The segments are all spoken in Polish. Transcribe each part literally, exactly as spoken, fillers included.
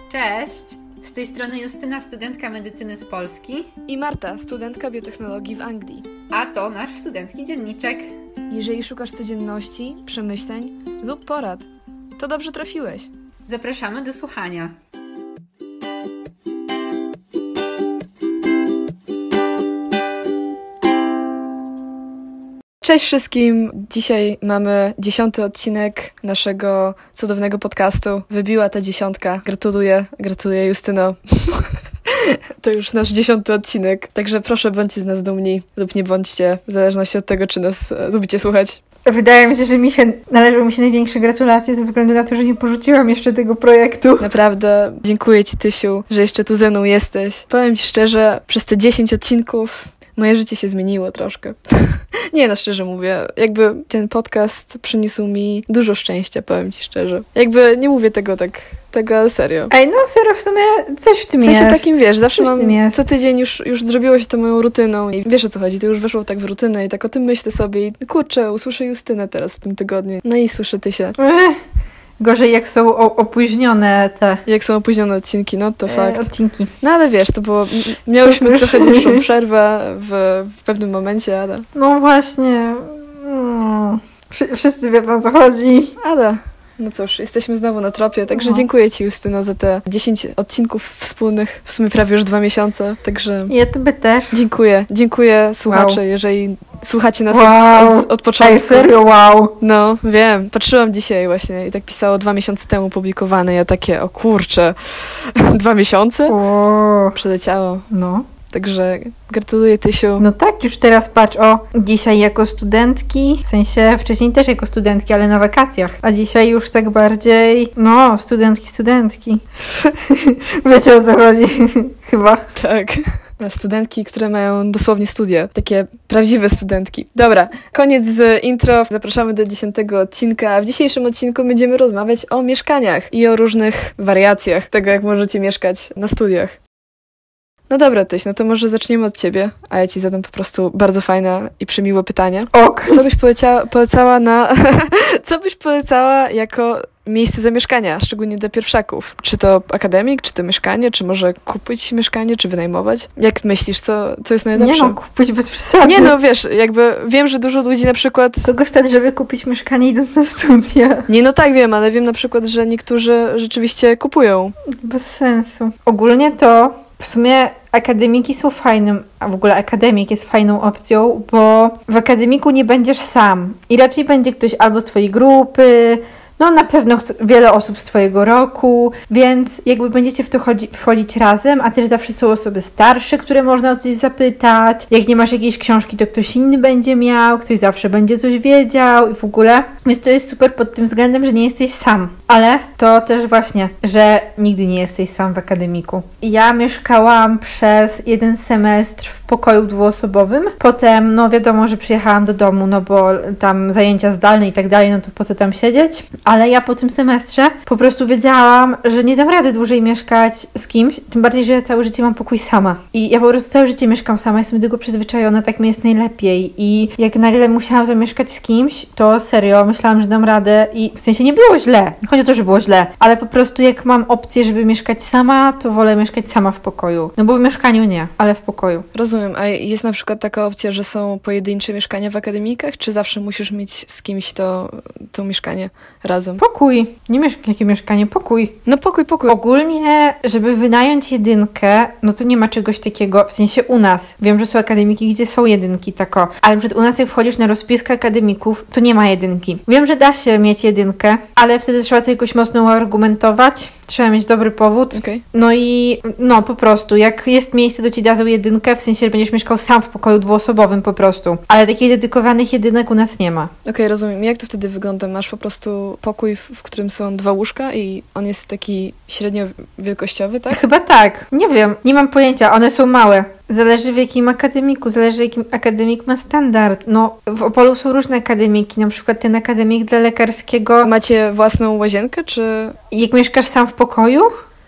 Cześć! Z tej strony Justyna, studentka medycyny z Polski. I Marta, studentka biotechnologii w Anglii. A to nasz studencki dzienniczek. Jeżeli szukasz codzienności, przemyśleń lub porad, to dobrze trafiłeś. Zapraszamy do słuchania. Cześć wszystkim! Dzisiaj mamy dziesiąty odcinek naszego cudownego podcastu. Wybiła ta dziesiątka. Gratuluję, gratuluję Justyno. To już nasz dziesiąty odcinek. Także proszę, bądźcie z nas dumni lub nie bądźcie, w zależności od tego, czy nas e, lubicie słuchać. Wydaje mi się, że mi się należą mi się największe gratulacje ze względu na to, że nie porzuciłam jeszcze tego projektu. Naprawdę dziękuję Ci, Tysiu, że jeszcze tu ze mną jesteś. Powiem Ci szczerze, przez te dziesięć odcinków moje życie się zmieniło troszkę. Nie, no szczerze mówię, jakby ten podcast przyniósł mi dużo szczęścia, powiem Ci szczerze. Jakby nie mówię tego tak, tego ale serio. Ej, no serio, w sumie coś w tym w sensie jest. takim, wiesz, zawsze Coś w mam, tym jest. co tydzień już, już zrobiło się to moją rutyną i wiesz o co chodzi, to już weszło tak w rutynę i tak o tym myślę sobie i kurczę, usłyszę Justynę teraz w tym tygodniu. No i słyszę Tysię. Ech, gorzej jak są o- opóźnione te Jak są opóźnione odcinki, no to e, fakt. odcinki. No ale wiesz, to było, m- miałyśmy To cóż. trochę dłuższą przerwę w, w pewnym momencie, ale, No właśnie. Mm. Wszy- Wszyscy wiedzą, o co chodzi. ale no cóż, jesteśmy znowu na tropie, także No. dziękuję Ci, Justyno, za te dziesięć odcinków wspólnych, w sumie prawie już dwa miesiące, także Ja tobie też. dziękuję, dziękuję słuchacze, Wow. jeżeli słuchacie nas Wow. od, od, od początku. Ej, serio, wow. No, wiem, patrzyłam dzisiaj właśnie i tak pisało dwa miesiące temu publikowane, ja takie, o kurczę, dwa miesiące? O, Przeleciało, no. także gratuluję Tysiu. No tak, już teraz patrz, o, dzisiaj jako studentki, w sensie wcześniej też jako studentki, ale na wakacjach, a dzisiaj już tak bardziej, no, studentki, studentki. Wiecie o co chodzi, chyba. Tak. Na studentki, które mają dosłownie studia. Takie prawdziwe studentki. Dobra, koniec z intro. Zapraszamy do dziesiątego odcinka. W dzisiejszym odcinku będziemy rozmawiać o mieszkaniach i o różnych wariacjach tego, jak możecie mieszkać na studiach. No dobra, Tyś, no to może zaczniemy od ciebie, a ja ci zadam po prostu bardzo fajne i przemiłe pytanie. Ok. Co byś polecia- polecała na... Co byś polecała jako miejsce zamieszkania, szczególnie dla pierwszaków? Czy to akademik, czy to mieszkanie, czy może kupić mieszkanie, czy wynajmować? Jak myślisz, co, co jest najlepsze? Nie no, kupić bez przesady. Nie no, wiesz, jakby wiem, że dużo ludzi na przykład... Kogo stać, żeby kupić mieszkanie idąc na studia? Nie, no tak wiem, ale wiem na przykład, że niektórzy rzeczywiście kupują. Bez sensu. Ogólnie to w sumie akademiki są fajnym, a w ogóle akademik jest fajną opcją, bo w akademiku nie będziesz sam i raczej będzie ktoś albo z twojej grupy, no na pewno cht- wiele osób z twojego roku, więc jakby będziecie w to chodzi- wchodzić razem, a też zawsze są osoby starsze, które można o coś zapytać. Jak nie masz jakiejś książki, to ktoś inny będzie miał, ktoś zawsze będzie coś wiedział i w ogóle. Więc to jest super pod tym względem, że nie jesteś sam. Ale to też właśnie, że nigdy nie jesteś sam w akademiku. Ja mieszkałam przez jeden semestr w pokoju dwuosobowym. Potem, no wiadomo, że przyjechałam do domu, no bo tam zajęcia zdalne i tak dalej, no to po co tam siedzieć? Ale ja po tym semestrze po prostu wiedziałam, że nie dam rady dłużej mieszkać z kimś, tym bardziej, że ja całe życie mam pokój sama. I ja po prostu całe życie mieszkam sama, jestem do tego przyzwyczajona, tak mi jest najlepiej. I jak nagle musiałam zamieszkać z kimś, to serio, myślałam, że dam radę i w sensie nie było źle. Nie chodzi o to, że było źle, ale po prostu jak mam opcję, żeby mieszkać sama, to wolę mieszkać sama w pokoju. No bo w mieszkaniu nie, ale w pokoju. Rozumiem, a jest na przykład taka opcja, że są pojedyncze mieszkania w akademikach, czy zawsze musisz mieć z kimś to, to mieszkanie razem? Pokój. Nie mieszk- jakie mieszkanie? Pokój. No pokój, pokój. Ogólnie, żeby wynająć jedynkę, no to nie ma czegoś takiego, w sensie u nas. Wiem, że są akademiki, gdzie są jedynki, tako. Ale przed u nas jak wchodzisz na rozpiskę akademików, to nie ma jedynki. Wiem, że da się mieć jedynkę, ale wtedy trzeba to jakoś mocno uargumentować. Trzeba mieć dobry powód. Okej. No i no po prostu, jak jest miejsce, to ci dadzą jedynkę, w sensie, że będziesz mieszkał sam w pokoju dwuosobowym po prostu. Ale takich dedykowanych jedynek u nas nie ma. Okej, rozumiem. Jak to wtedy wygląda? Masz po prostu pokój, w, w którym są dwa łóżka i on jest taki średnio wielkościowy, tak? Chyba tak. Nie wiem, nie mam pojęcia. One są małe. Zależy w jakim akademiku, zależy jakim akademik ma standard. No, w Opolu są różne akademiki, na przykład ten akademik dla lekarskiego. Macie własną łazienkę, czy... Jak mieszkasz sam w pokoju,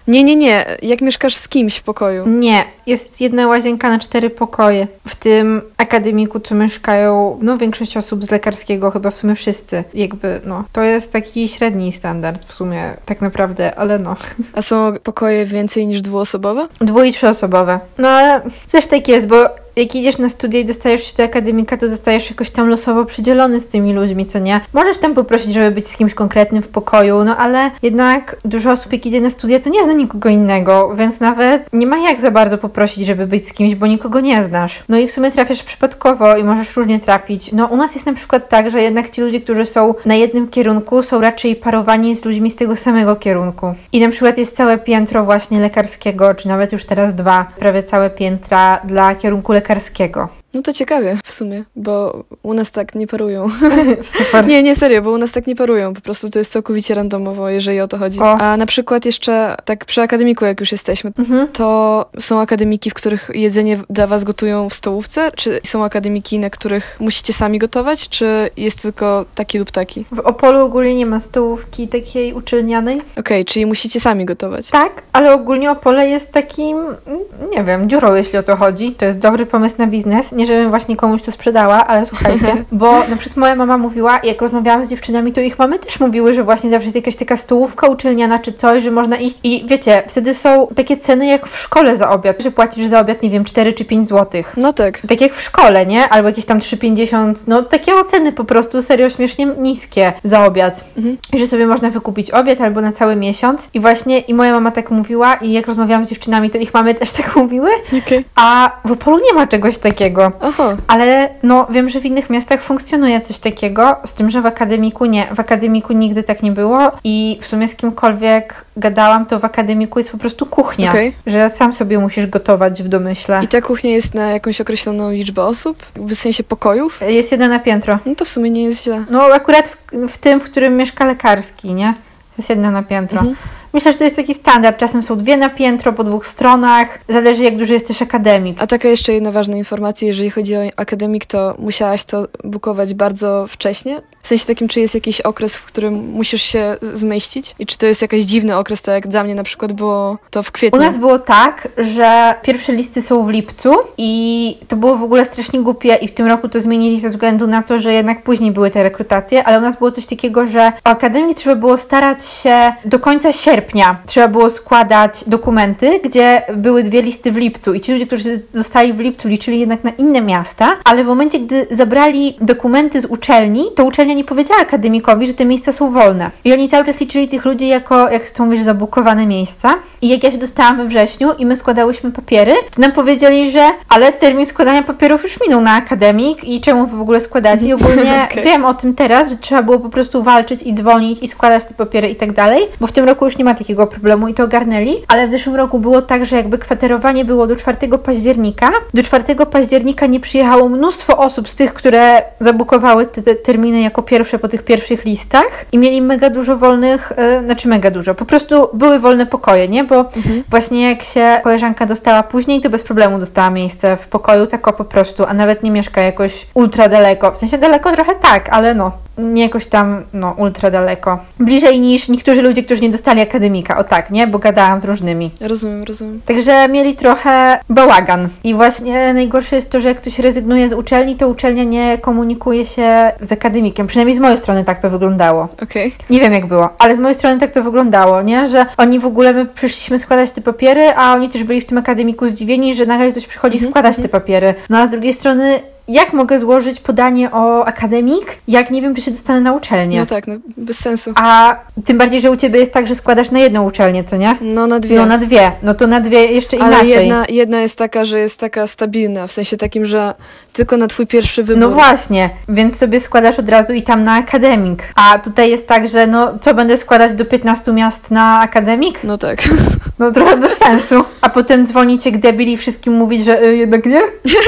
Nie, nie, nie. Jak mieszkasz z kimś w pokoju? Nie, jest jedna łazienka na cztery pokoje. W tym akademiku, co mieszkają, no większość osób z lekarskiego, chyba w sumie wszyscy. Jakby, no, to jest taki średni standard w sumie, tak naprawdę, ale no. A są pokoje więcej niż dwuosobowe? Dwu- i trzyosobowe. No ale też tak jest, bo jak idziesz na studia i dostajesz się do akademika, to zostajesz jakoś tam losowo przydzielony z tymi ludźmi, co nie? Możesz tam poprosić, żeby być z kimś konkretnym w pokoju, no ale jednak dużo osób, jak idzie na studia, to nie zna nikogo innego, więc nawet nie ma jak za bardzo poprosić, żeby być z kimś, bo nikogo nie znasz. No i w sumie trafiasz przypadkowo i możesz różnie trafić. No u nas jest na przykład tak, że jednak ci ludzie, którzy są na jednym kierunku, są raczej parowani z ludźmi z tego samego kierunku. I na przykład jest całe piętro właśnie lekarskiego, czy nawet już teraz dwa, prawie całe piętra dla kierunku lekarskiego. No to ciekawie w sumie, bo u nas tak nie parują. Super. Nie, nie serio, bo u nas tak nie parują. Po prostu to jest całkowicie randomowo, jeżeli o to chodzi. O. A na przykład jeszcze tak przy akademiku, jak już jesteśmy, Mhm. to są akademiki, w których jedzenie dla was gotują w stołówce? Czy są akademiki, na których musicie sami gotować? Czy jest tylko taki lub taki? W Opolu ogólnie nie ma stołówki takiej uczelnianej. Okej, czyli musicie sami gotować. Tak, ale ogólnie Opole jest takim, nie wiem, dziurą, jeśli o to chodzi. To jest dobry pomysł na biznes. Nie, żebym właśnie komuś to sprzedała, ale słuchajcie, bo na przykład moja mama mówiła, jak rozmawiałam z dziewczynami, to ich mamy też mówiły, że właśnie zawsze jest jakaś taka stołówka uczelniana czy coś, że można iść i wiecie, wtedy są takie ceny jak w szkole za obiad, że płacisz za obiad, nie wiem, cztery czy pięć złotych. No tak. Tak jak w szkole, nie? Albo jakieś tam trzy pięćdziesiąt, no takie oceny po prostu serio śmiesznie niskie za obiad. Mhm. I że sobie można wykupić obiad albo na cały miesiąc. I właśnie i moja mama tak mówiła i jak rozmawiałam z dziewczynami, to ich mamy też tak mówiły. Okej. A w Opolu nie ma czegoś takiego. Aha. Ale no wiem, że w innych miastach funkcjonuje coś takiego, z tym, że w akademiku nie. W akademiku nigdy tak nie było i w sumie z kimkolwiek gadałam, to w akademiku jest po prostu kuchnia, Okej. że sam sobie musisz gotować w domyśle. I ta kuchnia jest na jakąś określoną liczbę osób? W sensie pokojów? Jest jeden na piętro. No to w sumie nie jest źle. No akurat w, w tym, w którym mieszka lekarski, nie? Jest jedna na piętro. Mhm. Myślę, że to jest taki standard. Czasem są dwie na piętro, po dwóch stronach. Zależy, jak duży jesteś akademik. A taka jeszcze jedna ważna informacja, jeżeli chodzi o akademik, to musiałaś to bukować bardzo wcześnie? W sensie takim, czy jest jakiś okres, w którym musisz się z- zmieścić? I czy to jest jakiś dziwny okres, tak jak dla mnie na przykład było to w U kwietniu? nas było tak, że pierwsze listy są w lipcu i to było w ogóle strasznie głupie i w tym roku to zmienili ze względu na to, że jednak później były te rekrutacje, ale u nas było coś takiego, że o akademii trzeba było starać się do końca sierpnia. Trzeba było składać dokumenty, gdzie były dwie listy w lipcu i ci ludzie, którzy zostali w lipcu, liczyli jednak na inne miasta, ale w momencie, gdy zabrali dokumenty z uczelni, to uczelnia nie powiedziała akademikowi, że te miejsca są wolne. I oni cały czas liczyli tych ludzi jako, jak to mówisz, zabukowane miejsca. I jak ja się dostałam we wrześniu i my składałyśmy papiery, to nam powiedzieli, że ale termin składania papierów już minął na akademik i czemu wy w ogóle składacie? I ogólnie Okej. wiem o tym teraz, że trzeba było po prostu walczyć i dzwonić i składać te papiery i tak dalej, bo w tym roku już nie ma takiego problemu i to ogarnęli, ale w zeszłym roku było tak, że jakby kwaterowanie było do czwartego października. Do czwartego października nie przyjechało mnóstwo osób z tych, które zabukowały te, te terminy jako pierwsze po tych pierwszych listach i mieli mega dużo wolnych, yy, znaczy mega dużo, po prostu były wolne pokoje, nie? Bo Mhm. właśnie jak się koleżanka dostała później, to bez problemu dostała miejsce w pokoju, tak o po prostu, a nawet nie mieszka jakoś ultra daleko, w sensie daleko trochę tak, ale no, nie jakoś tam, no, ultra daleko. Bliżej niż niektórzy ludzie, którzy nie dostali akademika, o tak, nie? Bo gadałam z różnymi. Rozumiem, rozumiem. Także mieli trochę bałagan. I właśnie najgorsze jest to, że jak ktoś rezygnuje z uczelni, to uczelnia nie komunikuje się z akademikiem. Przynajmniej z mojej strony tak to wyglądało. Okej. Nie wiem jak było, ale z mojej strony tak to wyglądało, nie? Że oni w ogóle, my przyszliśmy składać te papiery, a oni też byli w tym akademiku zdziwieni, że nagle ktoś przychodzi Mhm, składać te papiery. No a z drugiej strony, jak mogę złożyć podanie o akademik, jak nie wiem, czy się dostanę na uczelnię? No tak, no bez sensu. A tym bardziej, że u Ciebie jest tak, że składasz na jedną uczelnię, co nie? No na dwie. No na dwie. No to na dwie jeszcze Ale inaczej. jedna, jedna jest taka, że jest taka stabilna, w sensie takim, że tylko na twój pierwszy wybór. No właśnie, więc sobie składasz od razu i tam na akademik. A tutaj jest tak, że no co będę składać do piętnastu miast na akademik? No tak. No trochę bez sensu. A potem dzwonić jak debil i wszystkim mówić, że y, jednak nie?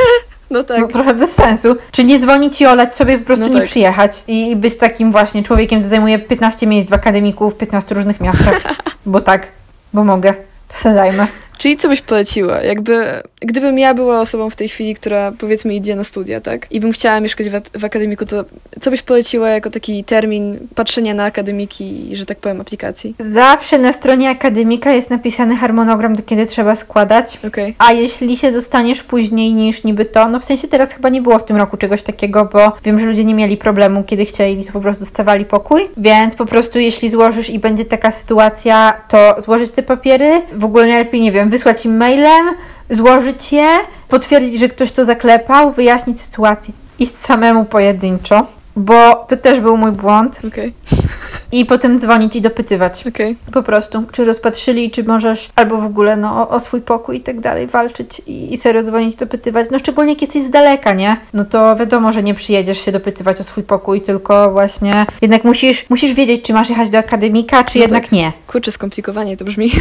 No tak. No trochę bez sensu. Czy nie dzwonić i olać sobie po prostu No nie tak. przyjechać i, i być takim właśnie człowiekiem, który zajmuje piętnaście miejsc w akademiku w piętnastu różnych miastach. Bo tak, bo mogę. To sobie zajmę. Czyli co byś poleciła? Jakby, gdybym ja była osobą w tej chwili, która powiedzmy idzie na studia, tak? I bym chciała mieszkać w, w akademiku, to co byś poleciła jako taki termin patrzenia na akademiki i, że tak powiem, aplikacji? Zawsze na stronie akademika jest napisany harmonogram, do kiedy trzeba składać. Okay. A jeśli się dostaniesz później niż niby to, no w sensie teraz chyba nie było w tym roku czegoś takiego, bo wiem, że ludzie nie mieli problemu, kiedy chcieli, to po prostu dostawali pokój. Więc po prostu jeśli złożysz i będzie taka sytuacja, to złożyć te papiery, w ogóle najlepiej, nie wiem, wysłać im mailem, złożyć je, potwierdzić, że ktoś to zaklepał, wyjaśnić sytuację. Iść samemu pojedynczo, bo to też był mój błąd. Okay. I potem dzwonić i dopytywać. Okay. Po prostu, czy rozpatrzyli, czy możesz albo w ogóle no, o, o swój pokój i tak dalej walczyć i, i serio dzwonić, dopytywać. No szczególnie jak jesteś z daleka, nie? No to wiadomo, że nie przyjedziesz się dopytywać o swój pokój, tylko właśnie jednak musisz, musisz wiedzieć, czy masz jechać do akademika, czy no jednak tak. nie. Kurczę, skomplikowanie to brzmi.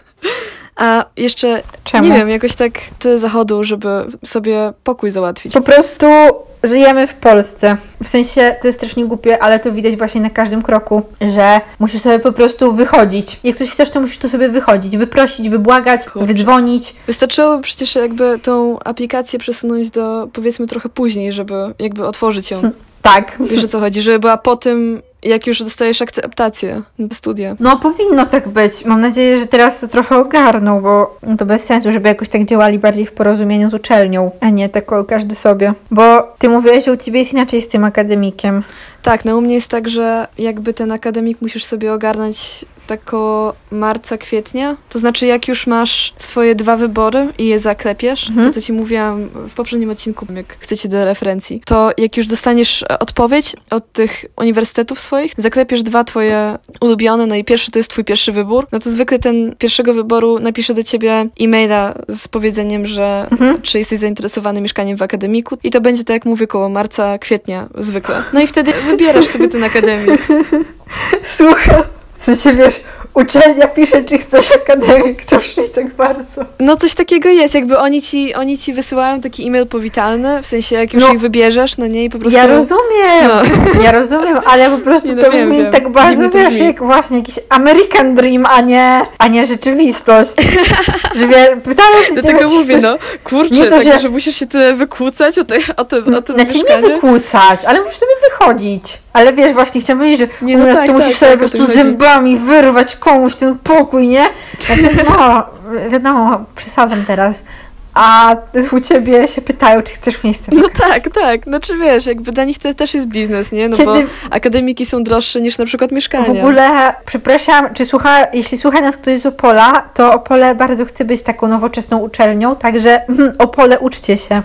A jeszcze, Czemu? nie wiem, jakoś tak tyle zachodu, żeby sobie pokój załatwić. Po prostu żyjemy w Polsce. W sensie, to jest strasznie głupie, ale to widać właśnie na każdym kroku, że musisz sobie po prostu wychodzić. Jak coś chcesz, to musisz to sobie wychodzić, wyprosić, wybłagać, Kurczę. wydzwonić. Wystarczyłoby przecież jakby tą aplikację przesunąć do, powiedzmy, trochę później, żeby jakby otworzyć ją. Tak. Wiesz, o co chodzi? Żeby była po tym, jak już dostajesz akceptację na studia. No powinno tak być. Mam nadzieję, że teraz to trochę ogarną, bo to bez sensu, żeby jakoś tak działali bardziej w porozumieniu z uczelnią, a nie tak o każdy sobie. Bo ty mówiłeś, że u ciebie jest inaczej z tym akademikiem. Tak, no u mnie jest tak, że jakby ten akademik musisz sobie ogarnąć tak koło marca, kwietnia. To znaczy, jak już masz swoje dwa wybory i je zaklepiesz, Mhm. to co ci mówiłam w poprzednim odcinku, jak chcecie do referencji, to jak już dostaniesz odpowiedź od tych uniwersytetów swoich, zaklepiesz dwa twoje ulubione, no i pierwszy to jest twój pierwszy wybór, no to zwykle ten pierwszego wyboru napisze do ciebie e-maila z powiedzeniem, że Mhm. czy jesteś zainteresowany mieszkaniem w akademiku i to będzie, tak jak mówię, koło marca, kwietnia zwykle. No i wtedy wybierasz sobie ten akademik. Słuchaj, w sensie wiesz, uczelnia pisze, czy chcesz akademik, to już nie tak bardzo. No coś takiego jest, jakby oni ci, oni ci wysyłają taki e-mail powitalny, w sensie jak już No, ich wybierzesz, no nie, i po prostu... Ja rozumiem, No. ja rozumiem, ale po prostu Nie, no to wiem, brzmi wiem. tak bardzo, Dziwnie to wiesz, brzmi. jak właśnie jakiś American Dream, a nie, a nie rzeczywistość. Że wie, pytałem się Dlatego ciebie, czy mówię, chcesz- no, kurczę, Nie to, tak, że- że musisz się tyle wykłócać o, te, o, te, o to Znaczy nie mieszkanie. wykłócać, ale musisz sobie wychodzić. Ale wiesz, właśnie chciałam powiedzieć, że Nie, u no nas tak, to tak, musisz sobie tak, po o tym prostu chodzi. zębami wyrwać komuś ten pokój, nie? Znaczy, no, wiadomo, przesadzam teraz. A u ciebie się pytają, czy chcesz miejsce. No tak, tak, znaczy wiesz, jakby dla nich to też jest biznes, nie? No bo Kiedy- akademiki są droższe niż na przykład mieszkania. W ogóle, przepraszam, czy słucha, jeśli słucha nas ktoś z Opola, to Opole bardzo chce być taką nowoczesną uczelnią, także mm, Opole, uczcie się.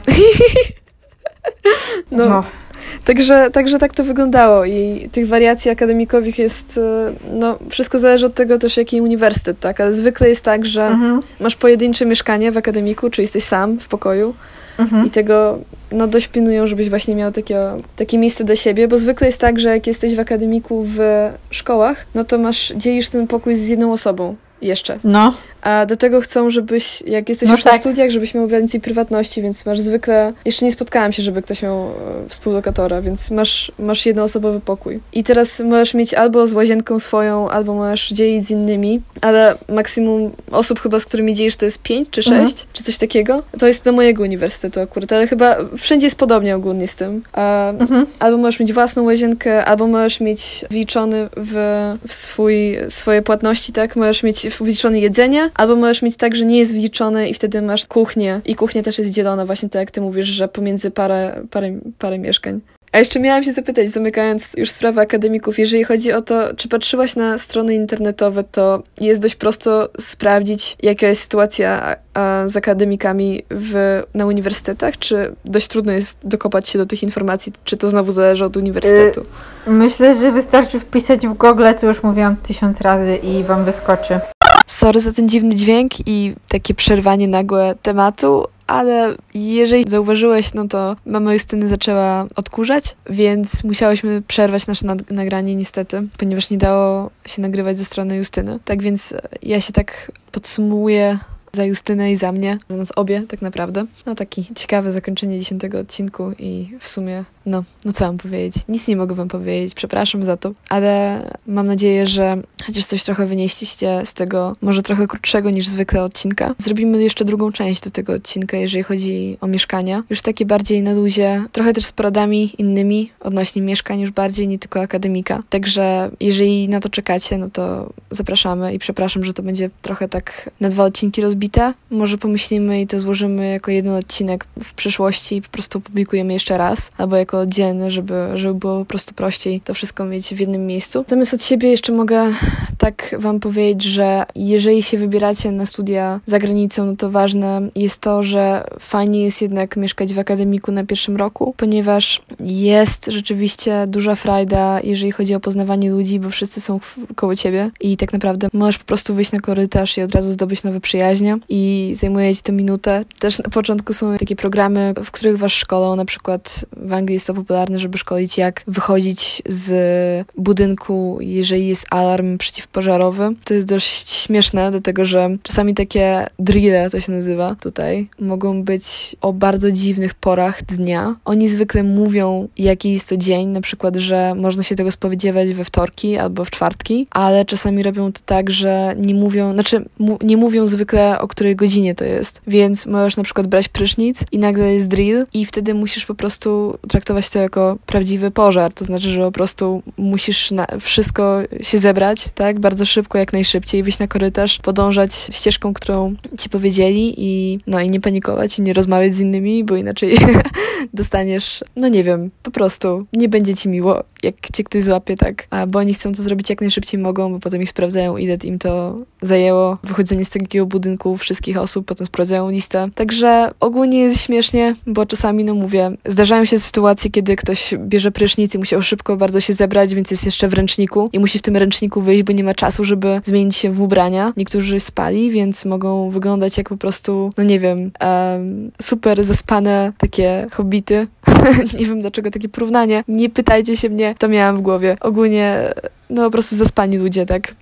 No. No. Także, także tak to wyglądało i tych wariacji akademikowych jest, e, no wszystko zależy od tego też, jaki uniwersytet, tak? Ale zwykle jest tak, że Mhm. masz pojedyncze mieszkanie w akademiku, czy jesteś sam w pokoju Mhm. i tego no dość pilnują, żebyś właśnie miał takie, takie miejsce dla siebie, bo zwykle jest tak, że jak jesteś w akademiku w szkołach, no to masz, dzielisz ten pokój z jedną osobą jeszcze. No. A do tego chcą, żebyś, jak jesteś No już tak. na studiach, żebyś miał więcej prywatności, więc masz zwykle, jeszcze nie spotkałam się, żeby ktoś miał e, współlokatora, więc masz, masz jednoosobowy pokój. I teraz możesz mieć albo z łazienką swoją, albo możesz dzielić z innymi, ale maksimum osób chyba, z którymi dzielisz, to jest pięć czy sześć, Mhm. czy coś takiego. To jest do mojego uniwersytetu akurat, ale chyba wszędzie jest podobnie ogólnie z tym. A, Mhm. albo możesz mieć własną łazienkę, albo możesz mieć wliczony w, w swój, swoje płatności, tak? Możesz mieć wliczone jedzenie, albo możesz mieć tak, że nie jest wliczone i wtedy masz kuchnię i kuchnia też jest dzielona właśnie tak, jak ty mówisz, że pomiędzy parę, parę, parę mieszkań. A jeszcze miałam się zapytać, zamykając już sprawę akademików, jeżeli chodzi o to, czy patrzyłaś na strony internetowe, to jest dość prosto sprawdzić, jaka jest sytuacja a, z akademikami w, na uniwersytetach, czy dość trudno jest dokopać się do tych informacji, czy to znowu zależy od uniwersytetu? Myślę, że wystarczy wpisać w Google, co już mówiłam tysiąc razy i wam wyskoczy. Sorry za ten dziwny dźwięk i takie przerwanie nagłe tematu, ale jeżeli zauważyłeś, no to mama Justyny zaczęła odkurzać, więc musiałyśmy przerwać nasze nad- nagranie niestety, ponieważ nie dało się nagrywać ze strony Justyny. Tak więc ja się tak podsumuję za Justynę i za mnie, za nas obie tak naprawdę. No taki ciekawe zakończenie dziesiątego odcinku i w sumie, no, no co mam powiedzieć? Nic nie mogę wam powiedzieć, przepraszam za to, ale mam nadzieję, że chociaż coś trochę wynieśliście z tego, może trochę krótszego niż zwykle odcinka. Zrobimy jeszcze drugą część do tego odcinka, jeżeli chodzi o mieszkania. Już takie bardziej na luzie, trochę też z poradami innymi odnośnie mieszkań, już bardziej, nie tylko akademika. Także jeżeli na to czekacie, no to zapraszamy i przepraszam, że to będzie trochę tak na dwa odcinki rozbite. Może pomyślimy i to złożymy jako jeden odcinek w przyszłości i po prostu publikujemy jeszcze raz, albo jako oddzielny, żeby, żeby było po prostu prościej to wszystko mieć w jednym miejscu. Natomiast od siebie jeszcze mogę tak wam powiedzieć, że jeżeli się wybieracie na studia za granicą, no to ważne jest to, że fajnie jest jednak mieszkać w akademiku na pierwszym roku, ponieważ jest rzeczywiście duża frajda, jeżeli chodzi o poznawanie ludzi, bo wszyscy są koło ciebie i tak naprawdę możesz po prostu wyjść na korytarz i od razu zdobyć nowe przyjaźnie i zajmuje ci to minutę. Też na początku są takie programy, w których was szkolą, na przykład w Anglii jest to popularne, żeby szkolić, jak wychodzić z budynku, jeżeli jest alarm przeciwpożarowy. To jest dość śmieszne, dlatego że czasami takie drille, to się nazywa tutaj, mogą być o bardzo dziwnych porach dnia. Oni zwykle mówią, jaki jest to dzień, na przykład, że można się tego spodziewać we wtorki albo w czwartki, ale czasami robią to tak, że nie mówią, znaczy mu, nie mówią zwykle, o której godzinie to jest, więc możesz na przykład brać prysznic i nagle jest drill i wtedy musisz po prostu traktować to jako prawdziwy pożar, to znaczy, że po prostu musisz na wszystko się zebrać, tak, bardzo szybko, jak najszybciej, wyjść na korytarz, podążać ścieżką, którą ci powiedzieli i no i nie panikować i nie rozmawiać z innymi, bo inaczej dostaniesz, no nie wiem, po prostu nie będzie ci miło, jak cię ktoś złapie, tak, a bo oni chcą to zrobić jak najszybciej mogą, bo potem ich sprawdzają, ile im to zajęło, wychodzenie z takiego budynku wszystkich osób, potem sprawdzają listę, także ogólnie jest śmiesznie, bo czasami, no mówię, zdarzają się sytuacje, kiedy ktoś bierze prysznic i musiał szybko bardzo się zebrać, więc jest jeszcze w ręczniku i musi w tym ręczniku wyjść, bo nie ma czasu, żeby zmienić się w ubrania. Niektórzy spali, więc mogą wyglądać jak po prostu, no nie wiem, um, super zaspane takie hobbity. Nie wiem, dlaczego takie porównanie. Nie pytajcie się mnie, to miałam w głowie. Ogólnie, no po prostu zaspani ludzie, tak.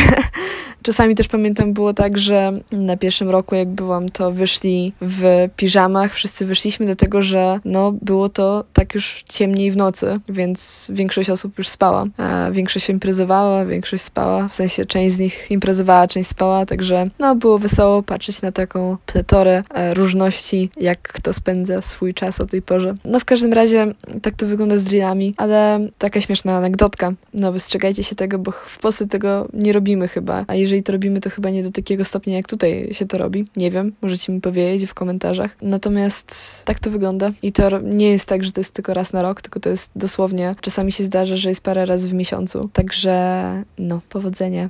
Czasami też pamiętam, było tak, że na pierwszym roku, jak byłam, to wyszli w piżamach, wszyscy wyszliśmy, dlatego że no było to tak już ciemniej w nocy, więc większość osób już spała. A większość imprezowała, większość spała, w sensie część z nich imprezowała, część spała, także no było wesoło patrzeć na taką pletorę e, różności, jak kto spędza swój czas o tej porze. No w każdym razie tak to wygląda z drillami, ale taka śmieszna anegdotka. No wystrzegajcie się tego, bo w Polsce tego nie robimy chyba, a jeżeli to robimy, to chyba nie do takiego stopnia, jak tutaj się to robi. Nie wiem, możecie mi powiedzieć w komentarzach. Natomiast tak to wygląda i to nie jest tak, że to jest tylko raz na rok, tylko to jest dosłownie, czasami się zdarza, że jest parę razy w miesiącu. Także no, powodzenia.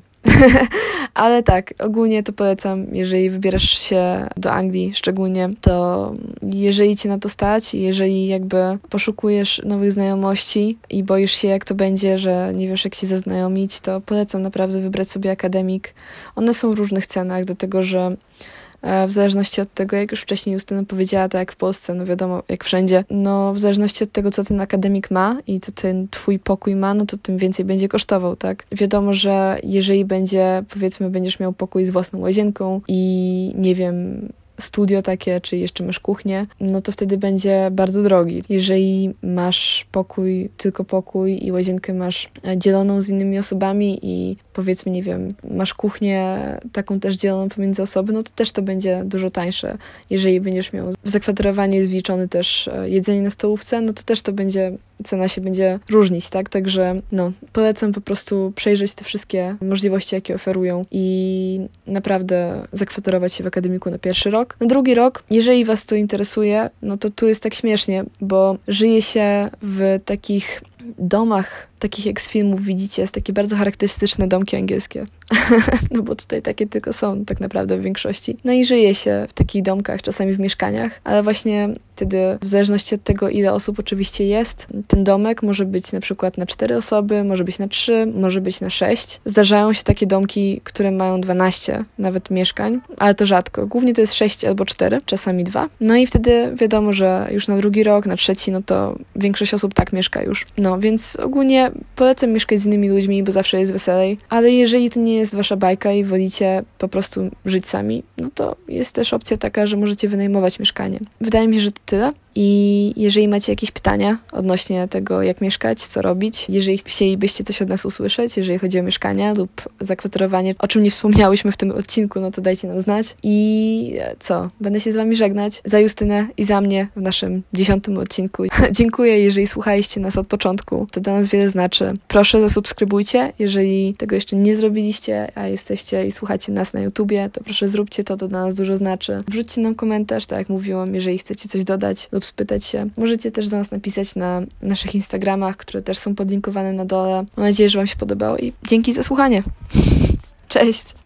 Ale tak, ogólnie to polecam, jeżeli wybierasz się do Anglii szczególnie, to jeżeli cię na to stać, jeżeli jakby poszukujesz nowych znajomości i boisz się, jak to będzie, że nie wiesz, jak się zaznajomić, to polecam naprawdę wybrać sobie akademik. One są w różnych cenach, dlatego że w zależności od tego, jak już wcześniej Justyna powiedziała, tak jak w Polsce, no wiadomo, jak wszędzie, no w zależności od tego, co ten akademik ma i co ten twój pokój ma, no to tym więcej będzie kosztował, tak? Wiadomo, że jeżeli będzie, powiedzmy, będziesz miał pokój z własną łazienką i nie wiem, studio takie, czy jeszcze masz kuchnię, no to wtedy będzie bardzo drogi. Jeżeli masz pokój, tylko pokój i łazienkę masz dzieloną z innymi osobami i powiedzmy, nie wiem, masz kuchnię taką też dzieloną pomiędzy osoby, no to też to będzie dużo tańsze. Jeżeli będziesz miał w zakwaterowanie jest wliczone też jedzenie na stołówce, no to też to będzie, cena się będzie różnić, tak? Także no, polecam po prostu przejrzeć te wszystkie możliwości, jakie oferują i naprawdę zakwaterować się w akademiku na pierwszy rok. Na drugi rok, jeżeli was to interesuje, no to tu jest tak śmiesznie, bo żyje się w takich domach, takich jak z filmów widzicie, jest takie bardzo charakterystyczne domki angielskie. No bo tutaj takie tylko są tak naprawdę w większości. No i żyje się w takich domkach, czasami w mieszkaniach, ale właśnie wtedy w zależności od tego, ile osób oczywiście jest, ten domek może być na przykład na cztery osoby, może być na trzy, może być na sześć. Zdarzają się takie domki, które mają dwanaście nawet mieszkań, ale to rzadko. Głównie to jest sześć albo cztery, czasami dwa. No i wtedy wiadomo, że już na drugi rok, na trzeci, no to większość osób tak mieszka już. No więc ogólnie polecam mieszkać z innymi ludźmi, bo zawsze jest weselej, ale jeżeli to nie jest wasza bajka i wolicie po prostu żyć sami, no to jest też opcja taka, że możecie wynajmować mieszkanie. Wydaje mi się, że to tyle. I jeżeli macie jakieś pytania odnośnie tego, jak mieszkać, co robić, jeżeli chcielibyście coś od nas usłyszeć, jeżeli chodzi o mieszkania lub zakwaterowanie, o czym nie wspomniałyśmy w tym odcinku, no to dajcie nam znać. I co? Będę się z wami żegnać. Za Justynę i za mnie w naszym dziesiątym odcinku. Dziękuję, jeżeli słuchaliście nas od początku. To dla nas wiele znaczy. Proszę, zasubskrybujcie. Jeżeli tego jeszcze nie zrobiliście, a jesteście i słuchacie nas na YouTubie, to proszę zróbcie to, to dla nas dużo znaczy. Wrzućcie nam komentarz, tak jak mówiłam, jeżeli chcecie coś dodać lub spytać się. Możecie też do nas napisać na naszych Instagramach, które też są podlinkowane na dole. Mam nadzieję, że wam się podobało i dzięki za słuchanie. Cześć!